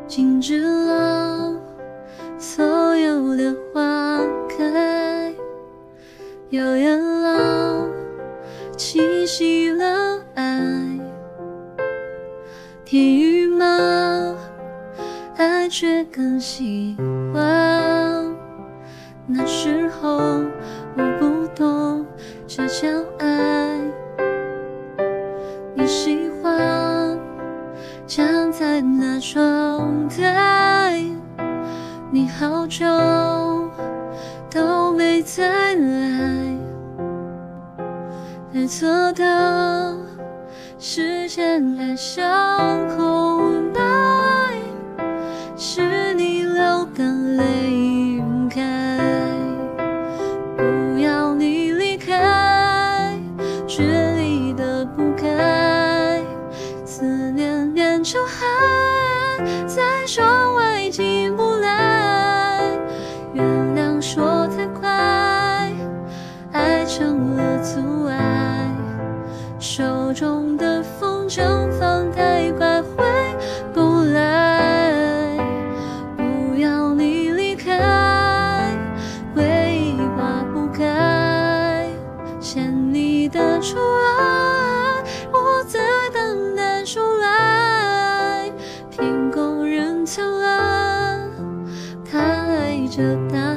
静止了所有的花开，有人老，栖息了爱。天与马，爱却更喜欢。那时候我不懂这叫爱，你喜欢站在那窗台，你好久都没再来。蓝色的时间染上空白，是你流的泪晕开。不要你离开，决离的不该，思念念成海，在窗外进不来。原谅说太快，爱成了阻碍，手中的风筝放太快回不来。不要你离开，回忆化不开，牵你的手啊，我在等待出来。凭工人贪婪，他爱着大